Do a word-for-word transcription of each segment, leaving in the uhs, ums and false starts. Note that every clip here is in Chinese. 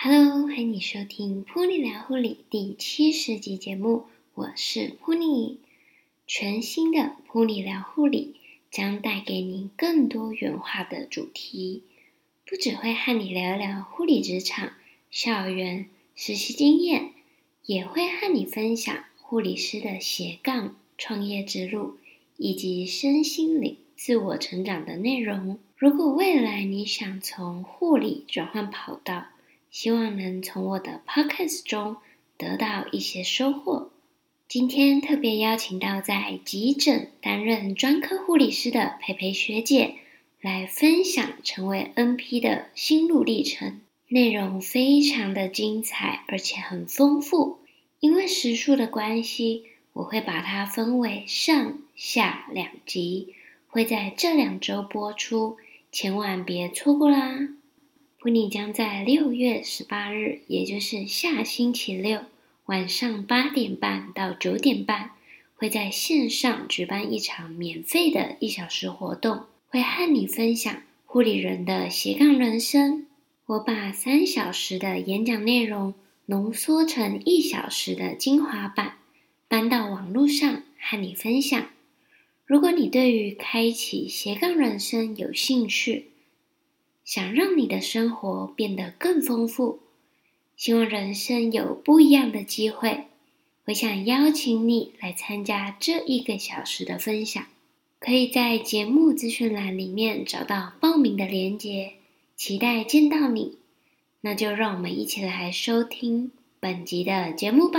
Hello， 欢迎收听噗妮聊护理第七十集节目，我是噗妮。全新的噗妮聊护理将带给你更多元化的主题，不只会和你聊聊护理职场、校园、实习经验，也会和你分享护理师的斜杠创业之路，以及身心灵自我成长的内容。如果未来你想从护理转换跑道，希望能从我的 podcast 中得到一些收获。今天特别邀请到在急诊担任专科护理师的佩佩学姐来分享成为 N P 的心路历程，内容非常的精彩，而且很丰富。因为时数的关系，我会把它分为上下两集，会在这两周播出，千万别错过啦。噗妮将在六月十八日，也就是下星期六晚上八点半到九点半，会在线上举办一场免费的一小时活动，会和你分享护理人的斜杠人生。我把三小时的演讲内容浓缩成一小时的精华版，搬到网络上和你分享。如果你对于开启斜杠人生有兴趣，想让你的生活变得更丰富，希望人生有不一样的机会，我想邀请你来参加这一个小时的分享。可以在节目资讯栏里面找到报名的连结，期待见到你。那就让我们一起来收听本集的节目吧。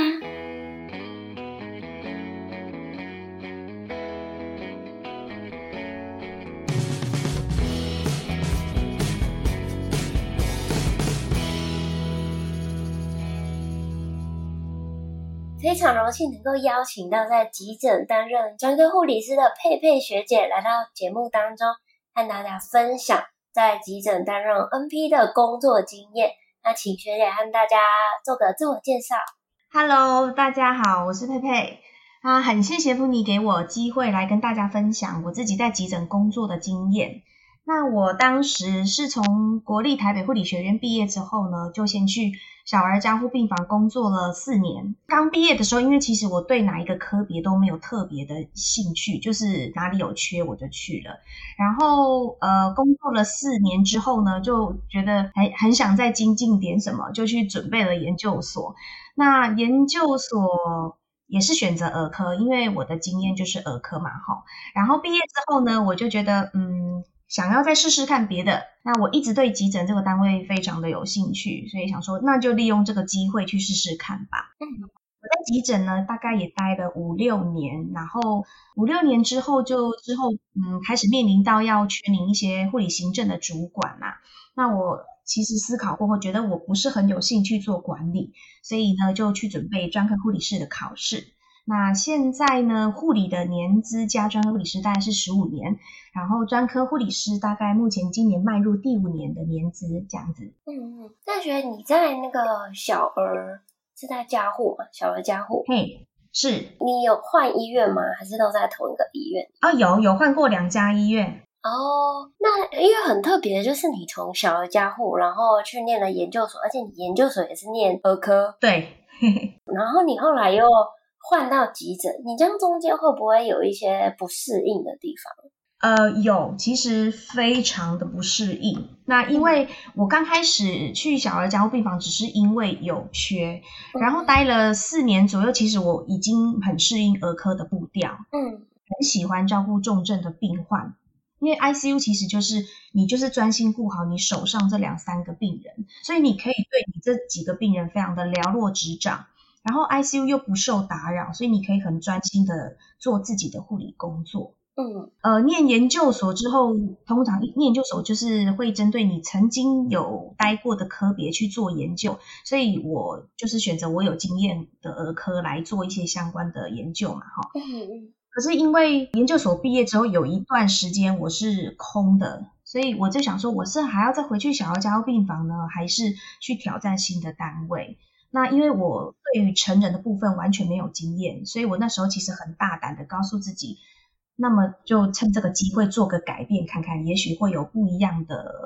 非常荣幸能够邀请到在急诊担任专科护理师的佩佩学姐来到节目当中，和大家分享在急诊担任 N P 的工作经验。那请学姐和大家做个自我介绍。 Hello， 大家好，我是佩佩啊，很谢谢噗妮给我机会来跟大家分享我自己在急诊工作的经验。那我当时是从国立台北护理学院毕业之后呢，就先去小儿加护病房工作了四年。刚毕业的时候，因为其实我对哪一个科别都没有特别的兴趣，就是哪里有缺我就去了。然后呃，工作了四年之后呢，就觉得很很想再精进点什么，就去准备了研究所。那研究所也是选择儿科，因为我的经验就是儿科嘛，齁。然后毕业之后呢，我就觉得嗯。想要再试试看别的，那我一直对急诊这个单位非常的有兴趣，所以想说那就利用这个机会去试试看吧。嗯，我在急诊呢大概也待了五六年，然后五六年之后就之后嗯开始面临到要确认一些护理行政的主管啦、啊。那我其实思考过后，觉得我不是很有兴趣做管理，所以呢就去准备专科护理师的考试。那现在呢，护理的年资加专科护理师大概是十五年，然后专科护理师大概目前今年迈入第五年的年资这样子。 嗯嗯，那觉得你在那个小儿是在加护吗？小儿加护？ 嘿，是。 你有换医院吗？还是都在同一个医院？ 哦，有有换过两家医院。 哦，那因为很特别的就是你从小儿加护，然后去念了研究所，而且你研究所也是念儿科。 对。 然后你后来又换到急诊，你这样中间会不会有一些不适应的地方？ 呃，有，其实非常的不适应。那因为我刚开始去小儿加护病房只是因为有缺，然后待了四年左右，其实我已经很适应儿科的步调，嗯，很喜欢照顾重症的病患。因为 I C U 其实就是你就是专心顾好你手上这两三个病人，所以你可以对你这几个病人非常的了若指掌。然后 I C U 又不受打扰，所以你可以很专心的做自己的护理工作。嗯，呃，念研究所之后，通常念研究所就是会针对你曾经有待过的科别去做研究，所以我就是选择我有经验的儿科来做一些相关的研究嘛，哈。嗯嗯。可是因为研究所毕业之后有一段时间我是空的，所以我就想说，我是还要再回去小儿加护病房呢，还是去挑战新的单位？那因为我对于成人的部分完全没有经验，所以我那时候其实很大胆的告诉自己，那么就趁这个机会做个改变看看，也许会有不一样的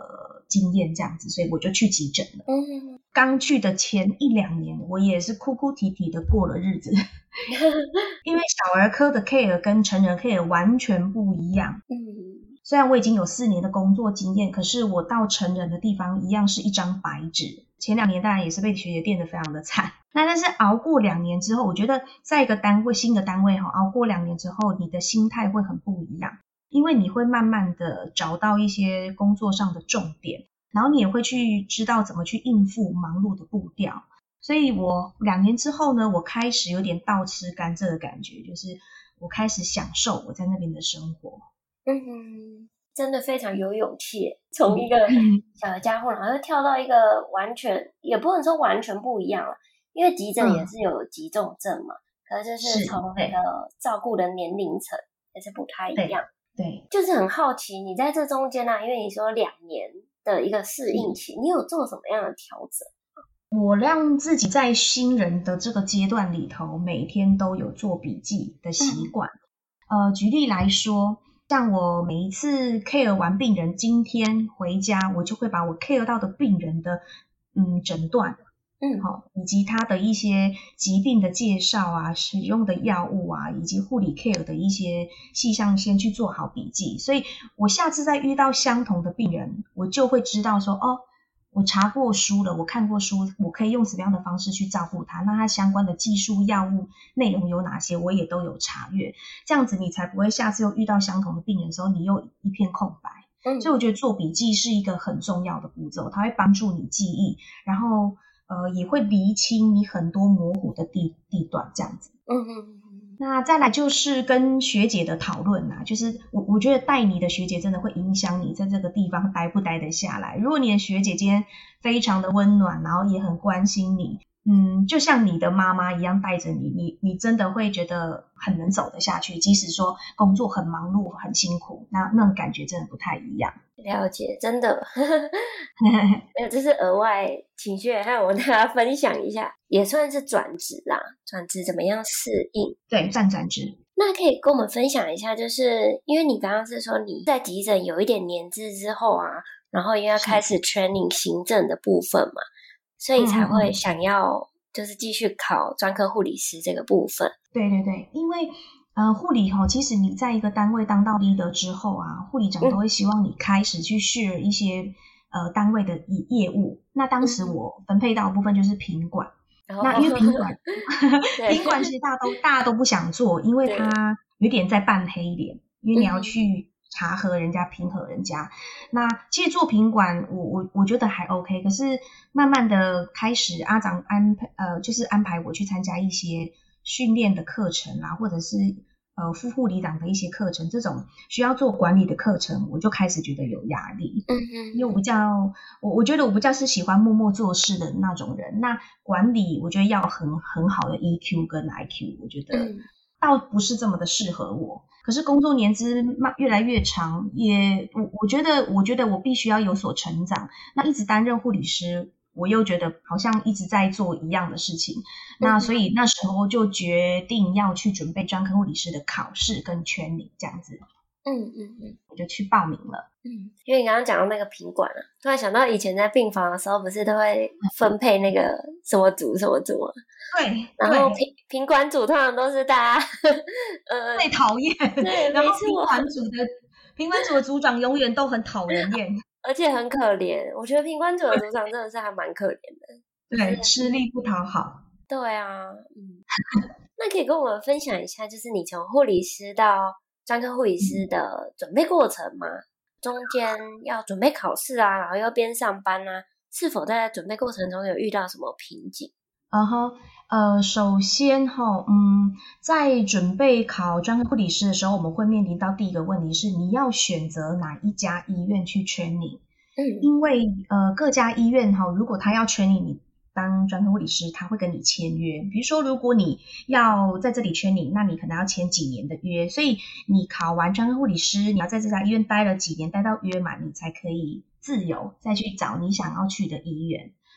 经验这样子，所以我就去急诊了。 嗯， 刚去的前一两年，我也是哭哭啼啼的过了日子，因为小儿科的 care 跟成人 care 完全不一样。 嗯， 虽然我已经有四年的工作经验，可是我到成人的地方一样是一张白纸。前两年当然也是被学姐电得非常的惨，那但是熬过两年之后，我觉得在一个单位新的单位熬过两年之后，你的心态会很不一样，因为你会慢慢的找到一些工作上的重点，然后你也会去知道怎么去应付忙碌的步调。所以我两年之后呢，我开始有点倒吃甘蔗的感觉，就是我开始享受我在那边的生活。 嗯，真的非常有勇气，从一个嗯小的家户，然后跳到一个完全，也不能说完全不一样了，因为急诊也是有急重症嘛，可是就是从那个照顾的年龄层也是不太一样。 对，对， 就是很好奇，你在这中间啊，因为你说两年的一个适应期，你有做什么样的调整？ 我让自己在新人的这个阶段里头，每天都有做笔记的习惯。嗯、呃，举例来说，像我每一次 care 完病人，今天回家我就会把我 care 到的病人的嗯诊断， 嗯， 好，以及他的一些疾病的介绍啊，使用的药物啊，以及护理 care 的一些细项，先去做好笔记。所以我下次再遇到相同的病人，我就会知道说，哦，我查过书了，我看过书，我可以用什么样的方式去照顾他，那他相关的技术药物内容有哪些，我也都有查阅，这样子你才不会下次又遇到相同的病人的时候，你又一片空白。嗯，所以我觉得做笔记是一个很重要的步骤，它会帮助你记忆，然后呃也会厘清你很多模糊的地地段这样子。嗯嗯嗯。那再来就是跟学姐的讨论啊，就是我我觉得带你的学姐真的会影响你在这个地方待不待得下来。如果你的学姐今天非常的温暖，然后也很关心你，嗯，就像你的妈妈一样带着你，你你真的会觉得很能走得下去，即使说工作很忙碌很辛苦，那那种感觉真的不太一样。 了解，真的没有，这是额外情绪，还有我跟大家分享一下，也算是转职啦。转职怎么样适应？ 对，算转职。 那可以跟我们分享一下，就是因为你刚刚是说你在急诊有一点年资之后啊，然后又要开始 training 行政的部分嘛，所以才会想要就是继续考专科护理师这个部分。 对对对，因为呃，护理齁，其实你在一个单位当到 leader 之后啊，护理长都会希望你开始去 share 一些、嗯、呃单位的业务。那当时我分配到的部分就是品管，嗯、那因为品管品管其实大家都大家都不想做，因为它有点在扮黑脸，因为你要去查核人家、评核人家。那其实做品管，我我我觉得还 OK， 可是慢慢的开始阿长安排呃，就是安排我去参加一些训练的课程啊，或者是呃副护理长的一些课程，这种需要做管理的课程，我就开始觉得有压力。嗯嗯，因为我比较我我觉得我比较是喜欢默默做事的那种人。那管理我觉得要很很好的 E Q 跟 I Q， 我觉得倒不是这么的适合我。可是工作年资越来越长，也我我觉得我觉得我必须要有所成长。那一直担任护理师，我又觉得好像一直在做一样的事情，那所以那时候就决定要去准备专科护理师的考试跟training这样子。嗯嗯嗯，我就去报名了。 嗯，因为你刚刚讲到那个品管啊，突然想到以前在病房的时候，不是都会分配那个什么组什么组啊？ 对， 然后品品管组通常都是大家呃最讨厌， 对， 然后品管组的品管组的组长永远都很讨人厌。 而且很可怜，我觉得品管组的组长真的是还蛮可怜的。 对，吃力不讨好。 对啊，嗯，那可以跟我们分享一下，就是你从护理师到专科护理师的准备过程吗？中间要准备考试啊，然后又边上班啊，是否在准备过程中有遇到什么瓶颈？ 嗯哼，呃，首先哈，嗯，在准备考专科护理师的时候，我们会面临到第一个问题是，你要选择哪一家医院去 training。嗯，因为呃各家医院哈，如果他要 training你当专科护理师，他会跟你签约。比如说，如果你要在这里 training，那你可能要签几年的约，所以你考完专科护理师，你要在这家医院待了几年，待到约满，你才可以自由再去找你想要去的医院。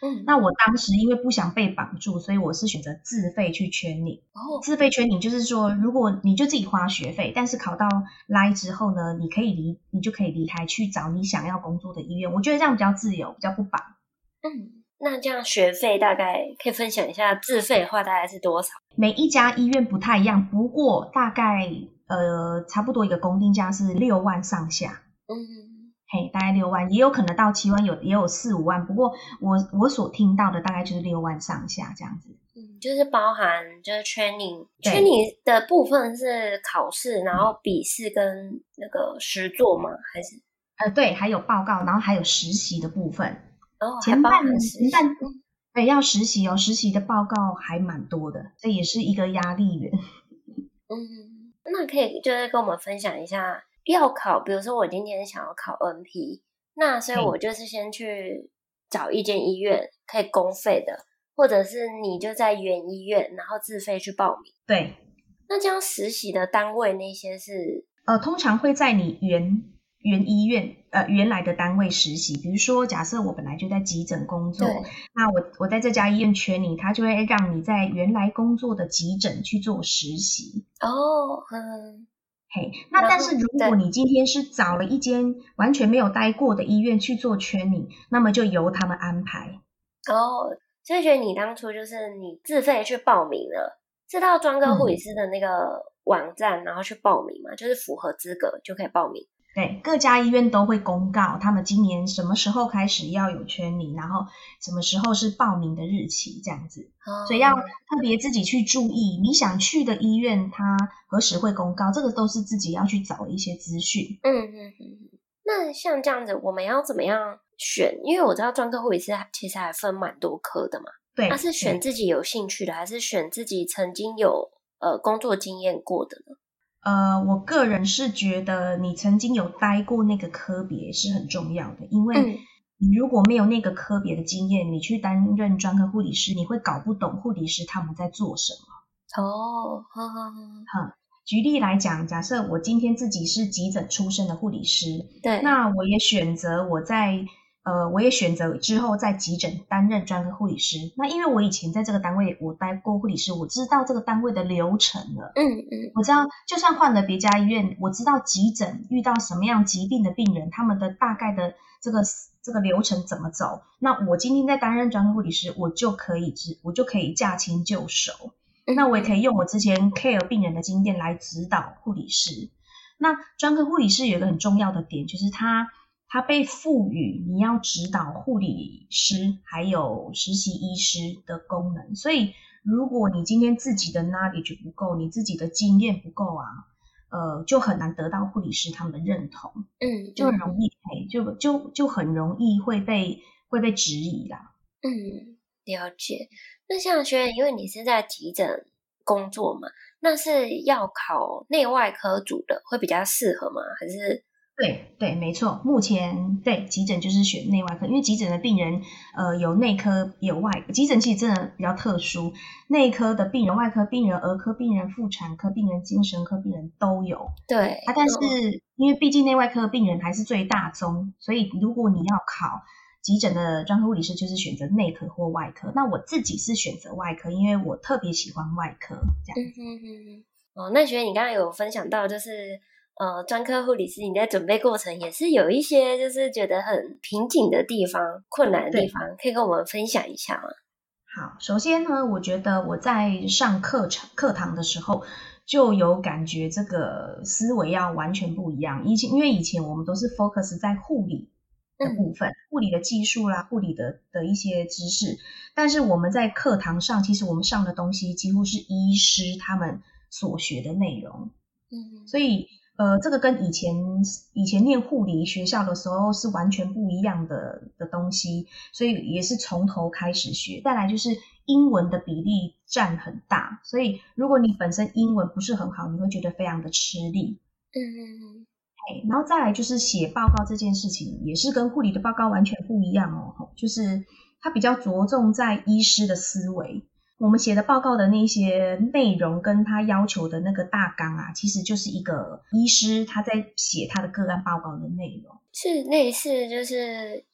嗯，那我当时因为不想被绑住，所以我是选择自费去training。 哦， 自费training就是说，如果你就自己花学费，但是考到 Line 之后呢，你可以离，你就可以离开去找你想要工作的医院。我觉得这样比较自由，比较不绑。 嗯，那这样学费大概可以分享一下，自费的话大概是多少？ 每一家医院不太一样，不过大概呃差不多一个公定价是六万上下。 嗯。 嘿，大概六万，也有可能到七万，有也有四五万。不过我我所听到的大概就是六万上下这样子。 嗯，就是包含就是 training，training 的部分是考试，然后笔试跟那个实作吗？还是？ 呃，对，还有报告，然后还有实习的部分。 哦， 前半年前半对要实习哦，实习的报告还蛮多的，这也是一个压力源。 嗯，那可以就是跟我们分享一下。要考，比如说我今天想要考 N P， 那所以我就是先去找一间医院可以公费的，或者是你就在原医院，然后自费去报名。 对， 那这样实习的单位那些是呃，通常会在你原原医院呃原来的单位实习。比如说，假设我本来就在急诊工作，那我我在这家医院缺你，他就会让你在原来工作的急诊去做实习。 哦，嗯。 嘿，那但是如果你今天是找了一间完全没有待过的医院去做training，那么就由他们安排。 哦，所以觉得你当初就是你自费去报名了，是到专科护理师的那个网站，嗯、然后去报名嘛，就是符合资格就可以报名。 对，各家医院都会公告他们今年什么时候开始要有training，然后什么时候是报名的日期这样子。哦、所以要特别自己去注意你想去的医院它何时会公告，这个都是自己要去找的一些资讯。 嗯嗯嗯。那像这样子我们要怎么样选？因为我知道专科护理师其实还分蛮多科的嘛。 对， 那是选自己有兴趣的，还是选自己曾经有呃工作经验过的呢？ 呃，我个人是觉得你曾经有待过那个科别是很重要的，因为你如果没有那个科别的经验，你去担任专科护理师，你会搞不懂护理师他们在做什么。 哦，好好好。 好，举例来讲，假设我今天自己是急诊出身的护理师， 对， 那我也选择我在呃，我也选择之后在急诊担任专科护理师。那因为我以前在这个单位我待过护理师，我知道这个单位的流程了。 嗯嗯， 我知道就算换了别家医院，我知道急诊遇到什么样疾病的病人，他们的大概的这个这个流程怎么走。那我今天在担任专科护理师，我就可以我就可以驾轻就熟。那我也可以用我之前 care 病人的经验来指导护理师。那专科护理师有一个很重要的点，就是他他被赋予你要指导护理师还有实习医师的功能。所以如果你今天自己的 knowledge 不够，你自己的经验不够啊，呃，就很难得到护理师他们的认同。 嗯， 就很容易，嗯、就就就很容易会被会被质疑啦。 嗯，了解。那像学员，因为你是在急诊工作嘛，那是要考内外科组的会比较适合吗？还是？ 对对，没错。目前对急诊就是选内外科，因为急诊的病人，呃，有内科有外科。急诊其实真的比较特殊，内科的病人、外科病人、儿科病人、妇产科病人、精神科病人都有。 对啊，但是、嗯、因为毕竟内外科的病人还是最大宗，所以如果你要考急诊的专科护理师，就是选择内科或外科。那我自己是选择外科，因为我特别喜欢外科这样。 嗯哼哼哼。哦，那学员你刚刚有分享到，就是呃，专科护理师你在准备过程也是有一些就是觉得很瓶颈的地方、困难的地方，可以跟我们分享一下吗？ 好，首先呢，我觉得我在上课程课堂的时候就有感觉这个思维要完全不一样。以前因为以前我们都是 focus 在护理的部分，嗯、护理的技术啦，护理的的一些知识，但是我们在课堂上，其实我们上的东西几乎是医师他们所学的内容。嗯，所以呃，这个跟以前以前念护理学校的时候是完全不一样的的东西，所以也是从头开始学。再来就是英文的比例占很大，所以如果你本身英文不是很好，你会觉得非常的吃力。嗯嗯嗯。然后再来就是写报告这件事情，也是跟护理的报告完全不一样哦，就是它比较着重在医师的思维。我们写的报告的那些内容跟他要求的那个大纲啊，其实就是一个医师他在写他的个案报告的内容， 是类似就是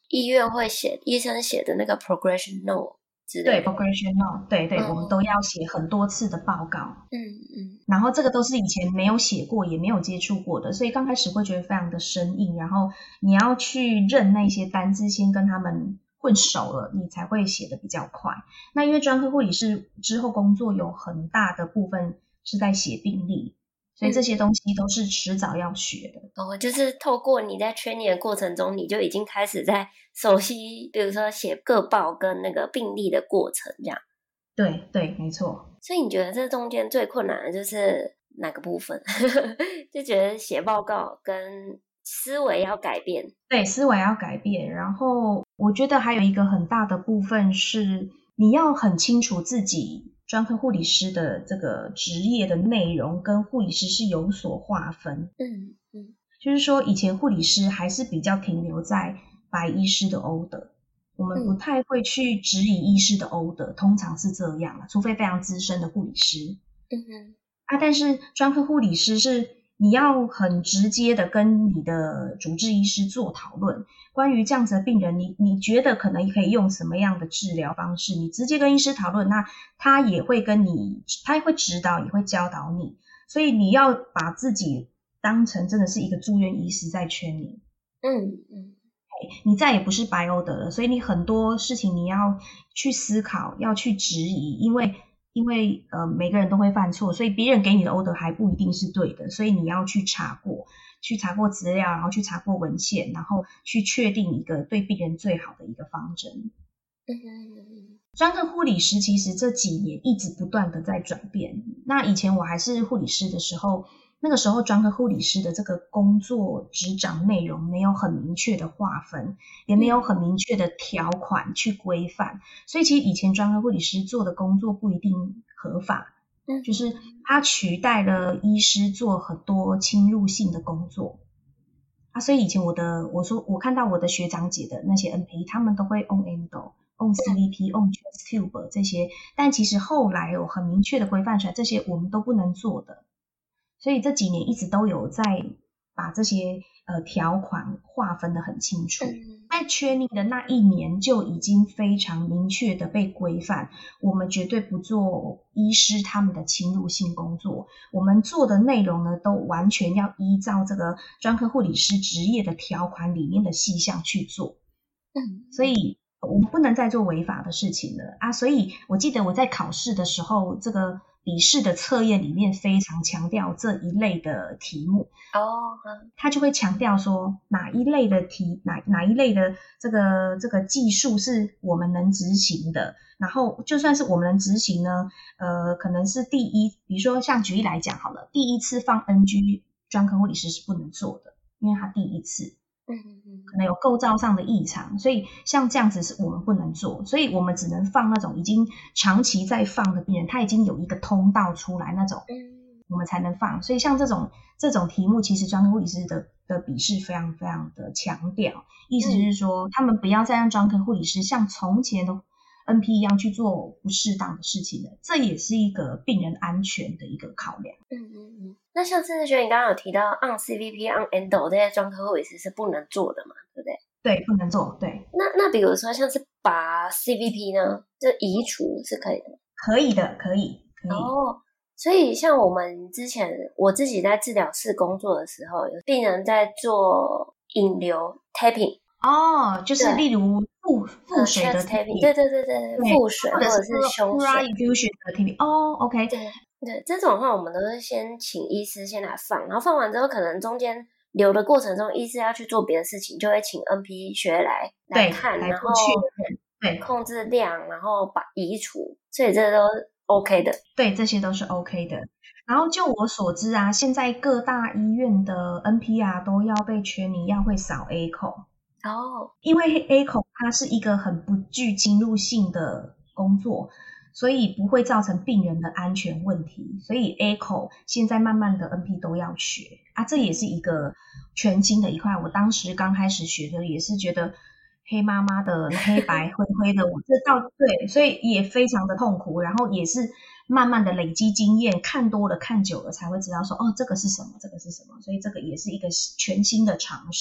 医院会写医生写的那个 progression note 之类的。 对 progression note， 对对、嗯、我们都要写很多次的报告。 嗯嗯， 然后这个都是以前没有写过也没有接触过的，所以刚开始会觉得非常的生硬，然后你要去认那些单字，先跟他们混熟了，你才会写得比较快。那因为专科护理师之后工作有很大的部分是在写病历，所以这些东西都是迟早要学的。 哦，就是透过你在training的过程中，你就已经开始在熟悉，比如说写个报跟那个病历的过程这样。 对对，没错。 所以你觉得这中间最困难的就是哪个部分？就觉得写报告跟思维要改变。 对，思维要改变。然后我觉得还有一个很大的部分是你要很清楚自己专科护理师的这个职业的内容跟护理师是有所划分。 嗯嗯， 就是说以前护理师还是比较停留在白医师的 order， 我们不太会去质疑医师的 order， 通常是这样，除非非常资深的护理师。 嗯哼， 啊，但是专科护理师是你要很直接的跟你的主治医师做讨论，关于这样子的病人，你你觉得可能可以用什么样的治疗方式，你直接跟医师讨论，那他也会跟你，他会指导，也会教导你，所以你要把自己当成真的是一个住院医师在圈你。 嗯嗯， 你再也不是白欧的了，所以你很多事情你要去思考，要去质疑，因为因为呃每个人都会犯错，所以别人给你的 order 还不一定是对的，所以你要去查过，去查过资料，然后去查过文献，然后去确定一个对病人最好的一个方针。 嗯， 专科护理师其实这几年一直不断的在转变。那以前我还是护理师的时候，那个时候专科护理师的这个工作职掌内容没有很明确的划分，也没有很明确的条款去规范，所以其实以前专科护理师做的工作不一定合法，就是他取代了医师做很多侵入性的工作啊。所以以前我的我说我看到我的学长姐的那些 N P， 他们都会 on endo、on C V P、on chest tube 这些，但其实后来有很明确的规范出来，这些我们都不能做的。所以这几年一直都有在把这些呃条款划分得很清楚。在training的那一年就已经非常明确的被规范，我们绝对不做医师他们的侵入性工作，我们做的内容呢都完全要依照这个专科护理师职业的条款里面的细项去做。嗯，所以我们不能再做违法的事情了啊！所以我记得我在考试的时候，这个笔试的测验里面非常强调这一类的题目哦， 他就会强调说哪一类的题，哪哪一类的这个这个技术是我们能执行的，然后就算是我们能执行呢，呃，可能是第一，比如说像举例来讲好了，第一次放 N G 专科护理师是不能做的，因为他第一次。嗯，可能有构造上的异常，所以像这样子是我们不能做，所以我们只能放那种已经长期在放的病人，他已经有一个通道出来那种，我们才能放。所以像这种这种题目，其实专科护理师的的笔试非常非常的强调，意思就是说，他们不要再让专科护理师像从前的 N P 一样去做不适当的事情了，这也是一个病人安全的一个考量。 嗯嗯嗯。那像郑志轩，你刚刚有提到 on C V P、on endo 这些专科护理师是不能做的嘛，对不对？ 对，不能做。对。 那那比如说像是拔 C V P 呢，就移除是可以的吗？ 可以的，可以，可以。 哦，所以像我们之前我自己在治疗室工作的时候，有病人在做引流 tapping。 哦，就是例如腹腹水的 tapping， 对对对对，腹水或者是胸水 infusion 的 tapping。哦 ，OK， 对。对，这种的话我们都是先请医师先来放，然后放完之后可能中间流的过程中医师要去做别的事情，就会请 N P 学来来看，然后对控制量，然后把移除，所以这都 OK 的。 对，这些都是 OK 的。然后就我所知啊，现在各大医院的 N P 啊都要被training要会扫 A 口哦， 因为 A 口它是一个很不具侵入性的工作，所以不会造成病人的安全问题，所以 A 口现在慢慢的 N P 都要学啊，这也是一个全新的一块。我当时刚开始学的也是觉得黑麻麻的、黑白灰灰的，我知道对，所以也非常的痛苦，然后也是慢慢的累积经验，看多了看久了才会知道说哦，这个是什么，这个是什么，所以这个也是一个全新的尝试。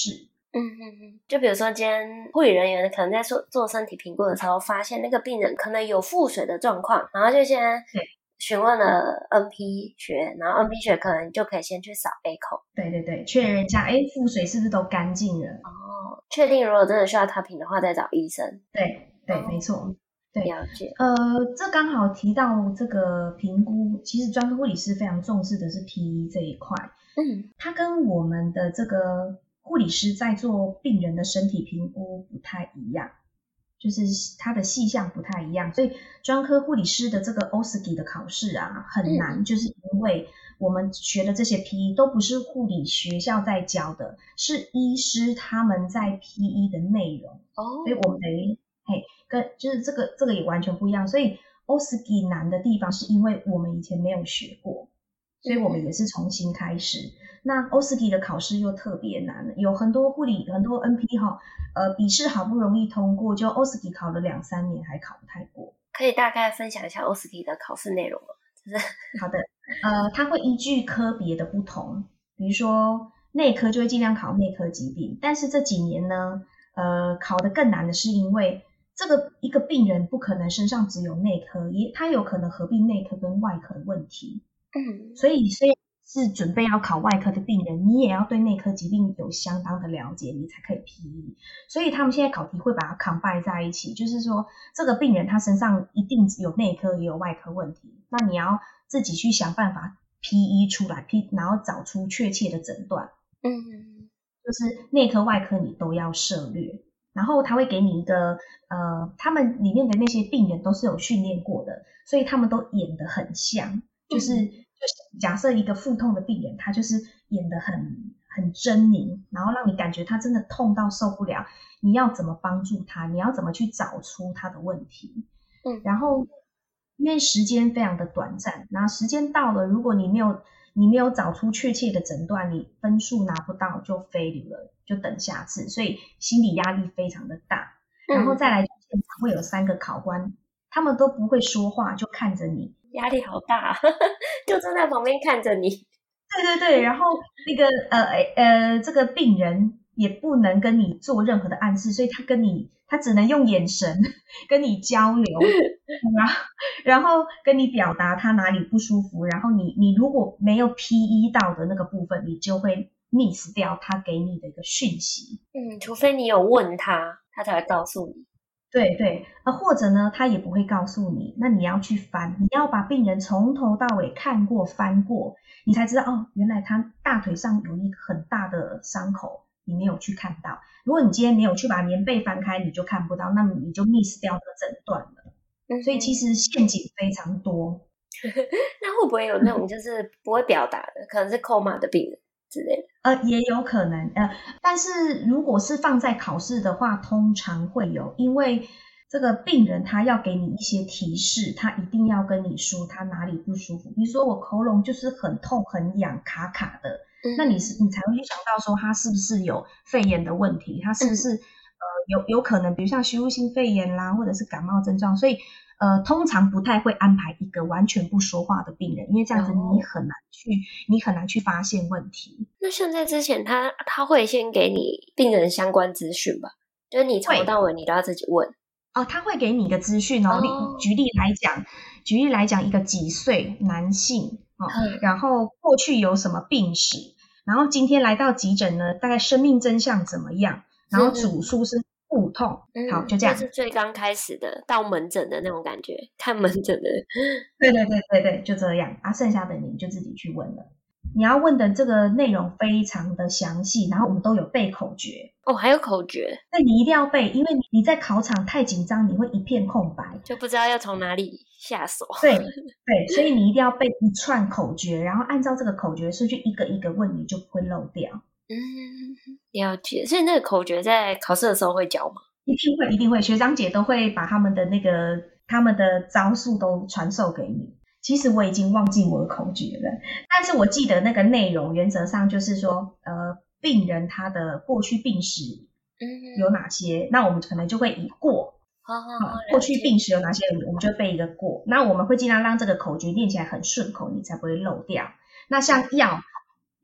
嗯嗯嗯，就比如说今天护理人员可能在做做身体评估的时候，发现那个病人可能有腹水的状况，然后就先询问了 N P 学，然后 N P 学可能就可以先去扫 echo。 对对对，确认一下，哎，腹水是不是都干净了？ 哦，确定如果真的需要他评的话，再找医生。 对对， 哦、 没错。对， 了解。 呃，这刚好提到这个评估，其实专科护理师非常重视的是 P E 这一块。 嗯， 它跟我们的这个护理师在做病人的身体评估不太一样，就是它的细项不太一样，所以专科护理师的这个 O S C E 的考试啊很难，嗯、就是因为我们学的这些 P E 都不是护理学校在教的，是医师他们在 P E 的内容。哦，所以我们等于嘿，跟就是这个这个也完全不一样，所以 O S C E 难的地方是因为我们以前没有学过，所以我们也是重新开始。嗯、那 O S C E 的考试又特别难，有很多护理很多 N P 哈，呃，笔试好不容易通过，就 O S C E 考了两三年还考不太过。 可以大概分享一下 O S C E 的考试内容吗？就是好的，呃，它会依据科别的不同，比如说内科就会尽量考内科疾病，但是这几年呢，呃，考得更难的是因为这个一个病人不可能身上只有内科，也他有可能合并内科跟外科的问题。嗯，所以虽然是准备要考外科的病人，你也要对内科疾病有相当的了解，你才可以 P E。所以他们现在考题会把它 combine 在一起，就是说这个病人他身上一定有内科也有外科问题，那你要自己去想办法 P E 出来 ，P 然后找出确切的诊断。嗯，就是内科外科你都要涉略。然后他会给你一个呃，他们里面的那些病人都是有训练过的，所以他们都演得很像，就是就是假设一个腹痛的病人，他就是演得很很狰狞，然后让你感觉他真的痛到受不了，你要怎么帮助他？你要怎么去找出他的问题？嗯，然后因为时间非常的短暂，然后时间到了，如果你没有你没有找出确切的诊断，你分数拿不到就 fail 了，就等下次，所以心理压力非常的大。然后再来现场会有三个考官，他们都不会说话，就看着你， 压力好大，就站在旁边看着你。 对对对，然后那个呃呃这个病人也不能跟你做任何的暗示，所以他跟你他只能用眼神跟你交流，然后然后跟你表达他哪里不舒服，然后你你如果没有 P E 到的那个部分，你就会 miss 掉他给你的一个讯息。 嗯，除非你有问他，他才会告诉你。 对对，呃，或者呢，他也不会告诉你，那你要去翻，你要把病人从头到尾看过、翻过，你才知道哦，原来他大腿上有一个很大的伤口，你没有去看到。如果你今天没有去把棉被翻开，你就看不到，那么你就 miss 掉那个诊断了。嗯、所以其实陷阱非常多。 那会不会有那种就是不会表达的，可能是 coma 的病人之类的？ 呃，也有可能，呃，但是如果是放在考试的话，通常会有，因为这个病人他要给你一些提示，他一定要跟你说他哪里不舒服，比如说我喉咙就是很痛、很痒、卡卡的，嗯、那你是你才会去想到说他是不是有肺炎的问题，他是不是、嗯、呃有有可能，比如像吸入性肺炎啦，或者是感冒症状，所以。呃，通常不太会安排一个完全不说话的病人，因为这样子你很难去，哦、你很难去发现问题。 那像在之前他，他他会先给你病人相关资讯吧？就是你从头到尾你都要自己问。 哦，他会给你一个资讯哦。哦举例来讲，举例来讲，一个几岁男性哦，嗯、然后过去有什么病史，然后今天来到急诊呢，大概生命真相怎么样？然后主诉是。腹痛，好，就这样。 这是最刚开始的到门诊的那种感觉，看门诊的。 对对对对对，就这样啊。剩下的你就自己去问了。你要问的这个内容非常的详细，然后我们都有背口诀。 哦，还有口诀？ 对，你一定要背，因为你在考场太紧张，你会一片空白， 就不知道要从哪里下手。 对对，所以你一定要背一串口诀，然后按照这个口诀顺序一个一个问，你就不会漏掉。 嗯，了解。所以那个口诀在考试的时候会教吗？ 一定会，一定会。学长姐都会把他们的那个他们的招数都传授给你。其实我已经忘记我的口诀了，但是我记得那个内容，原则上就是说，呃，病人他的过去病史有哪些，嗯、那我们可能就会以过。好好好，过去病史有哪些，我们就背一个过。那我们会尽量让这个口诀念起来很顺口，你才不会漏掉。那像药。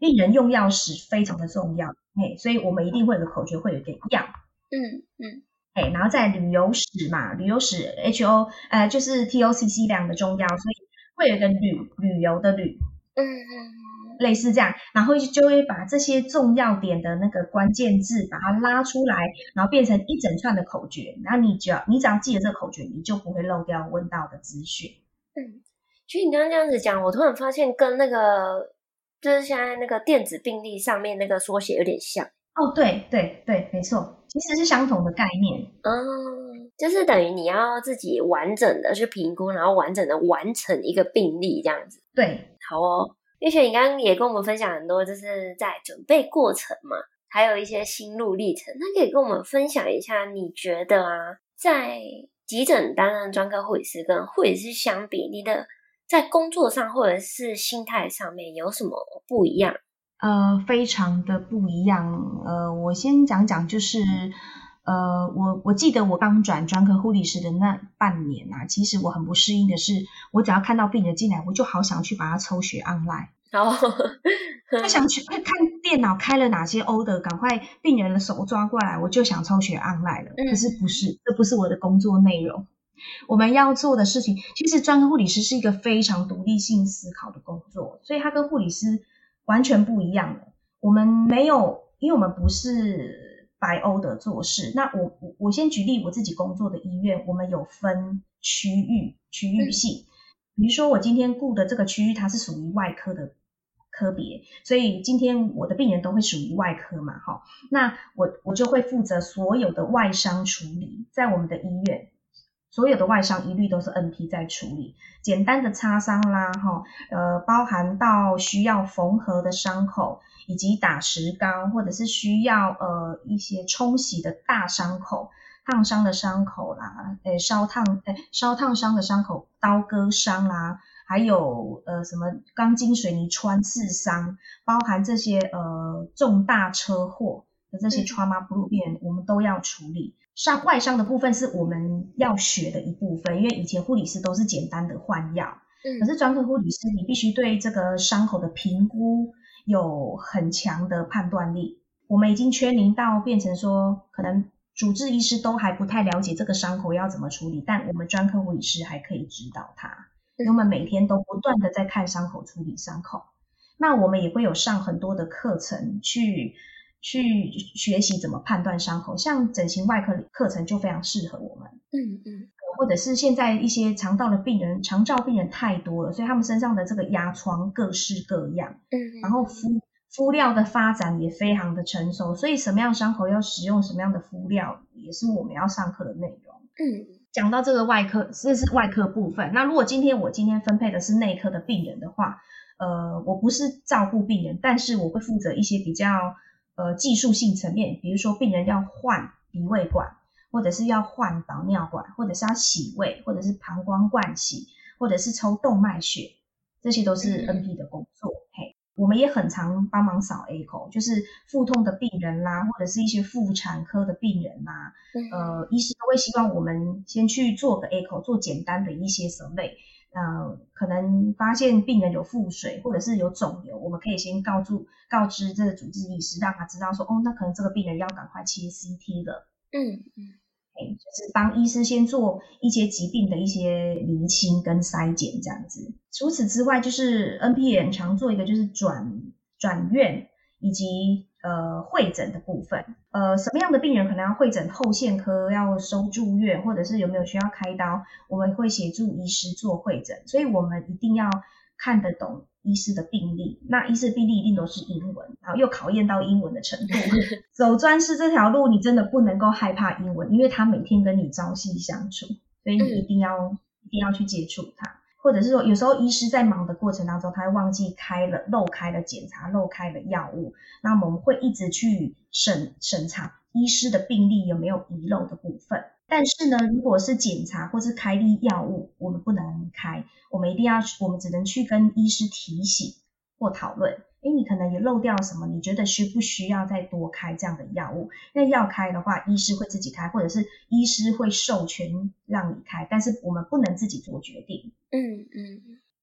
病人用药史非常的重要，嘿，所以我们一定会有个口诀，会有一个药， 嗯嗯， 哎，然后再旅游史嘛，旅游史 H O 呃就是 T O C C 两个中药，所以会有一个旅旅游的旅， 嗯嗯， 类似这样，然后就会把这些重要点的那个关键字把它拉出来，然后变成一整串的口诀，然后你只要你只要记得这个口诀，你就不会漏掉问到的资讯。 嗯，其实你刚刚这样子讲，我突然发现跟那个就是现在那个电子病历上面那个缩写有点像。 哦，对对对，没错，其实是相同的概念。 嗯，就是等于你要自己完整的去评估，然后完整的完成一个病历这样子。 对， 好哦。玉璇，你刚刚也跟我们分享很多，就是在准备过程嘛，还有一些心路历程。那可以跟我们分享一下，你觉得啊，在急诊担任专科护理师跟护理师相比，你的在工作上或者是心态上面有什么不一样？ 呃，非常的不一样。呃，我先讲讲，就是呃，我我记得我刚转专科护理师的那半年啊，其实我很不适应的是，我只要看到病人进来，我就好想去把他抽血 online， 哦， 就想去看电脑开了哪些 order，赶快病人的手抓过来，我就想抽血 online 了。 嗯、 可是不是，这不是我的工作内容。我们要做的事情，其实专科护理师是一个非常独立性思考的工作，所以它跟护理师完全不一样的。我们没有，因为我们不是白欧的做事。那我我我先举例我自己工作的医院，我们有分区域区域性，比如说我今天顾的这个区域，它是属于外科的科别，所以今天我的病人都会属于外科嘛，哈，那我我就会负责所有的外伤处理，在我们的医院。所有的外伤一律都是 N P 在处理，简单的擦伤啦，齁，呃，包含到需要缝合的伤口，以及打石膏，或者是需要呃一些冲洗的大伤口，烫伤的伤口啦，诶，烧烫，诶，烧烫伤的伤口，刀割伤啦，还有呃什么钢筋水泥穿刺伤，包含这些呃重大车祸的这些 trauma blue 病人，我们都要处理。伤外伤的部分是我们要学的一部分，因为以前护理师都是简单的换药，嗯，可是专科护理师你必须对这个伤口的评估有很强的判断力。我们已经圈龄到变成说，可能主治医师都还不太了解这个伤口要怎么处理，但我们专科护理师还可以指导他，因为我们每天都不断的在看伤口、处理伤口。那我们也会有上很多的课程去。去学习怎么判断伤口，像整形外科课程就非常适合我们。 嗯嗯， 或者是现在一些肠道的病人，肠照病人太多了，所以他们身上的这个压疮各式各样。嗯，然后敷敷料的发展也非常的成熟，所以什么样伤口要使用什么样的敷料，也是我们要上课的内容。嗯，讲到这个外科，这是外科部分。那如果今天我今天分配的是内科的病人的话，呃，我不是照顾病人，但是我会负责一些比较。呃，技术性层面，比如说病人要换鼻胃管，或者是要换导尿管，或者是要洗胃，或者是膀胱灌洗，或者是抽动脉血，这些都是 N P 的工作。嗯、嘿，我们也很常帮忙扫 echo， 就是腹痛的病人啦，或者是一些妇产科的病人啦，嗯、呃，医师都会希望我们先去做个 echo， 做简单的一些 survey。呃，可能发现病人有腹水或者是有肿瘤，我们可以先告诉告知这个主治医师，让他知道说，哦，那可能这个病人要赶快切 C T 了。嗯嗯，欸，就是帮医师先做一些疾病的一些厘清跟筛检这样子。除此之外，就是 N P 也很常做一个就是转转院以及呃会诊的部分。呃，什么样的病人可能要会诊后线科，要收住院，或者是有没有需要开刀，我们会协助医师做会诊，所以我们一定要看得懂医师的病历。那医师的病历一定都是英文，然后又考验到英文的程度。走专师这条路，你真的不能够害怕英文，因为他每天跟你朝夕相处，所以你一定要、嗯、一定要去接触他。或者是说有时候医师在忙的过程当中，他会忘记开了漏开了检查，漏开了药物，那我们会一直去审审查医师的病历有没有遗漏的部分。但是呢，如果是检查或是开立药物，我们不能开，我们一定要我们只能去跟医师提醒或讨论，诶，你可能也漏掉什么，你觉得需不需要再多开这样的药物？那要开的话，医师会自己开，或者是医师会授权让你开，但是我们不能自己做决定。嗯嗯，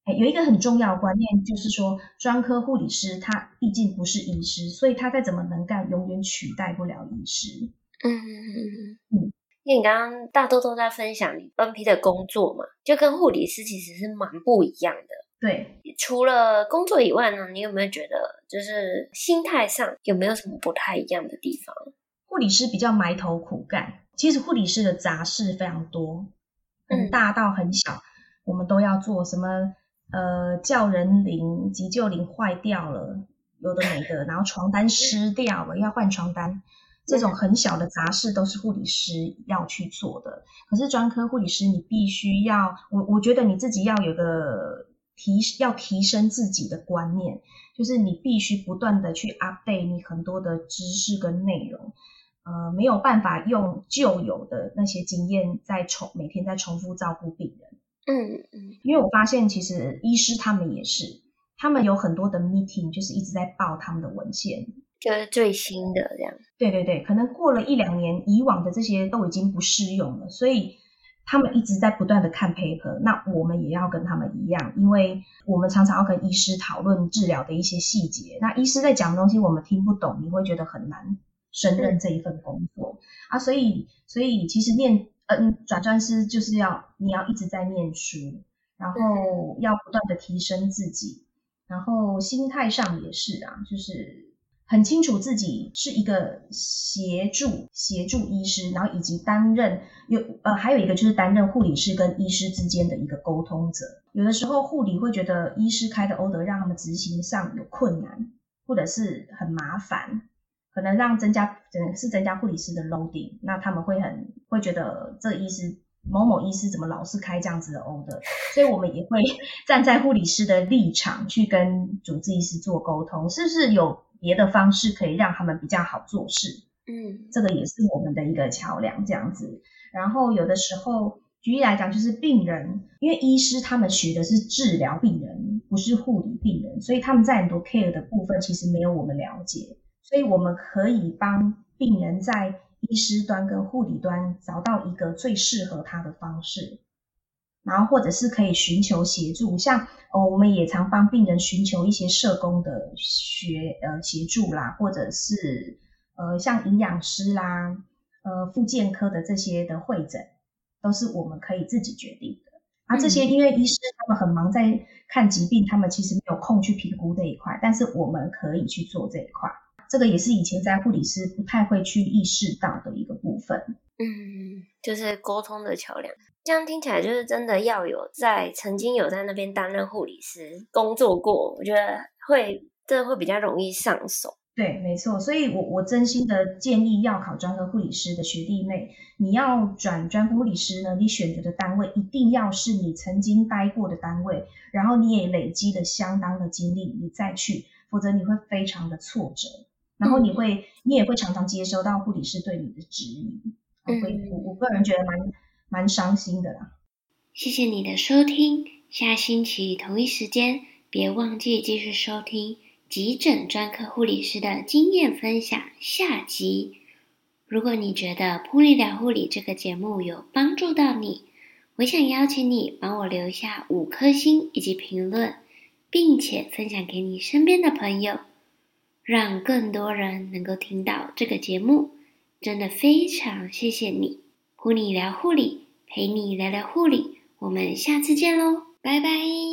有一个很重要的观念，就是说专科护理师他毕竟不是医师，所以他再怎么能干，永远取代不了医师。 嗯嗯嗯。因为你刚刚大多都在分享你 N P 的工作嘛，就跟护理师其实是蛮不一样的。 对， 除了工作以外呢，你有没有觉得就是心态上有没有什么不太一样的地方？ 护理师比较埋头苦干，其实护理师的杂事非常多，很大到很小，嗯、我们都要做什么呃叫人铃、急救铃坏掉了，有的没的，然后床单湿掉了要换床单。这种很小的杂事都是护理师要去做的，可是专科护理师你必须要，我我觉得你自己要有个提要提升自己的观念，就是你必须不断的去 update 你很多的知识跟内容，呃，没有办法用旧有的那些经验在重每天在重复照顾病人。 嗯嗯， 因为我发现其实医师他们也是，他们有很多的 meeting 就是一直在报他们的文献。 就是最新的这样， 对对对，可能过了一两年，以往的这些都已经不适用了，所以他们一直在不断的看 paper， 那我们也要跟他们一样，因为我们常常要跟医师讨论治疗的一些细节，那医师在讲的东西我们听不懂，你会觉得很难胜任这一份工作、嗯、啊，所以所以其实念嗯转专师就是要你要一直在念书，然后要不断的提升自己，然后心态上也是啊，就是很清楚自己是一个协助协助医师，然后以及担任有呃还有一个就是担任护理师跟医师之间的一个沟通者。有的时候护理会觉得医师开的 order 让他们执行上有困难，或者是很麻烦，可能让增加是增加护理师的 loading， 那他们会很会觉得这医师某某医师怎么老是开这样子的 order， 所以我们也会站在护理师的立场去跟主治医师做沟通，是不是有别的方式可以让他们比较好做事， 嗯， 这个也是我们的一个桥梁这样子。然后有的时候举例来讲，就是病人，因为医师他们学的是治疗病人，不是护理病人，所以他们在很多 care 的部分其实没有我们了解，所以我们可以帮病人在医师端跟护理端找到一个最适合他的方式，然后或者是可以寻求协助，像、哦、我们也常帮病人寻求一些社工的学呃协助啦，或者是呃像营养师啦、呃复健科的这些的会诊，都是我们可以自己决定的。啊，这些因为医师他们很忙在看疾病，他们其实没有空去评估这一块，但是我们可以去做这一块。这个也是以前在护理师不太会去意识到的一个部分。 嗯，就是沟通的桥梁。这样听起来就是真的要有在曾经有在那边担任护理师工作过，我觉得会这会比较容易上手。 对，没错，所以我我真心的建议要考专科护理师的学弟妹，你要转专科护理师呢，你选择的单位一定要是你曾经待过的单位，然后你也累积了相当的经历，你再去，否则你会非常的挫折，然后你会、嗯、你也会常常接收到护理师对你的质疑，嗯、会我我个人觉得蛮蛮伤心的啦。 谢谢你的收听，下星期同一时间别忘记继续收听急诊专科护理师的经验分享下集。如果你觉得噗妮聊护理这个节目有帮助到你，我想邀请你帮我留下五颗星以及评论，并且分享给你身边的朋友，让更多人能够听到这个节目。真的非常谢谢你。噗妮聊护理，陪你聊聊护理，我们下次见咯，拜拜。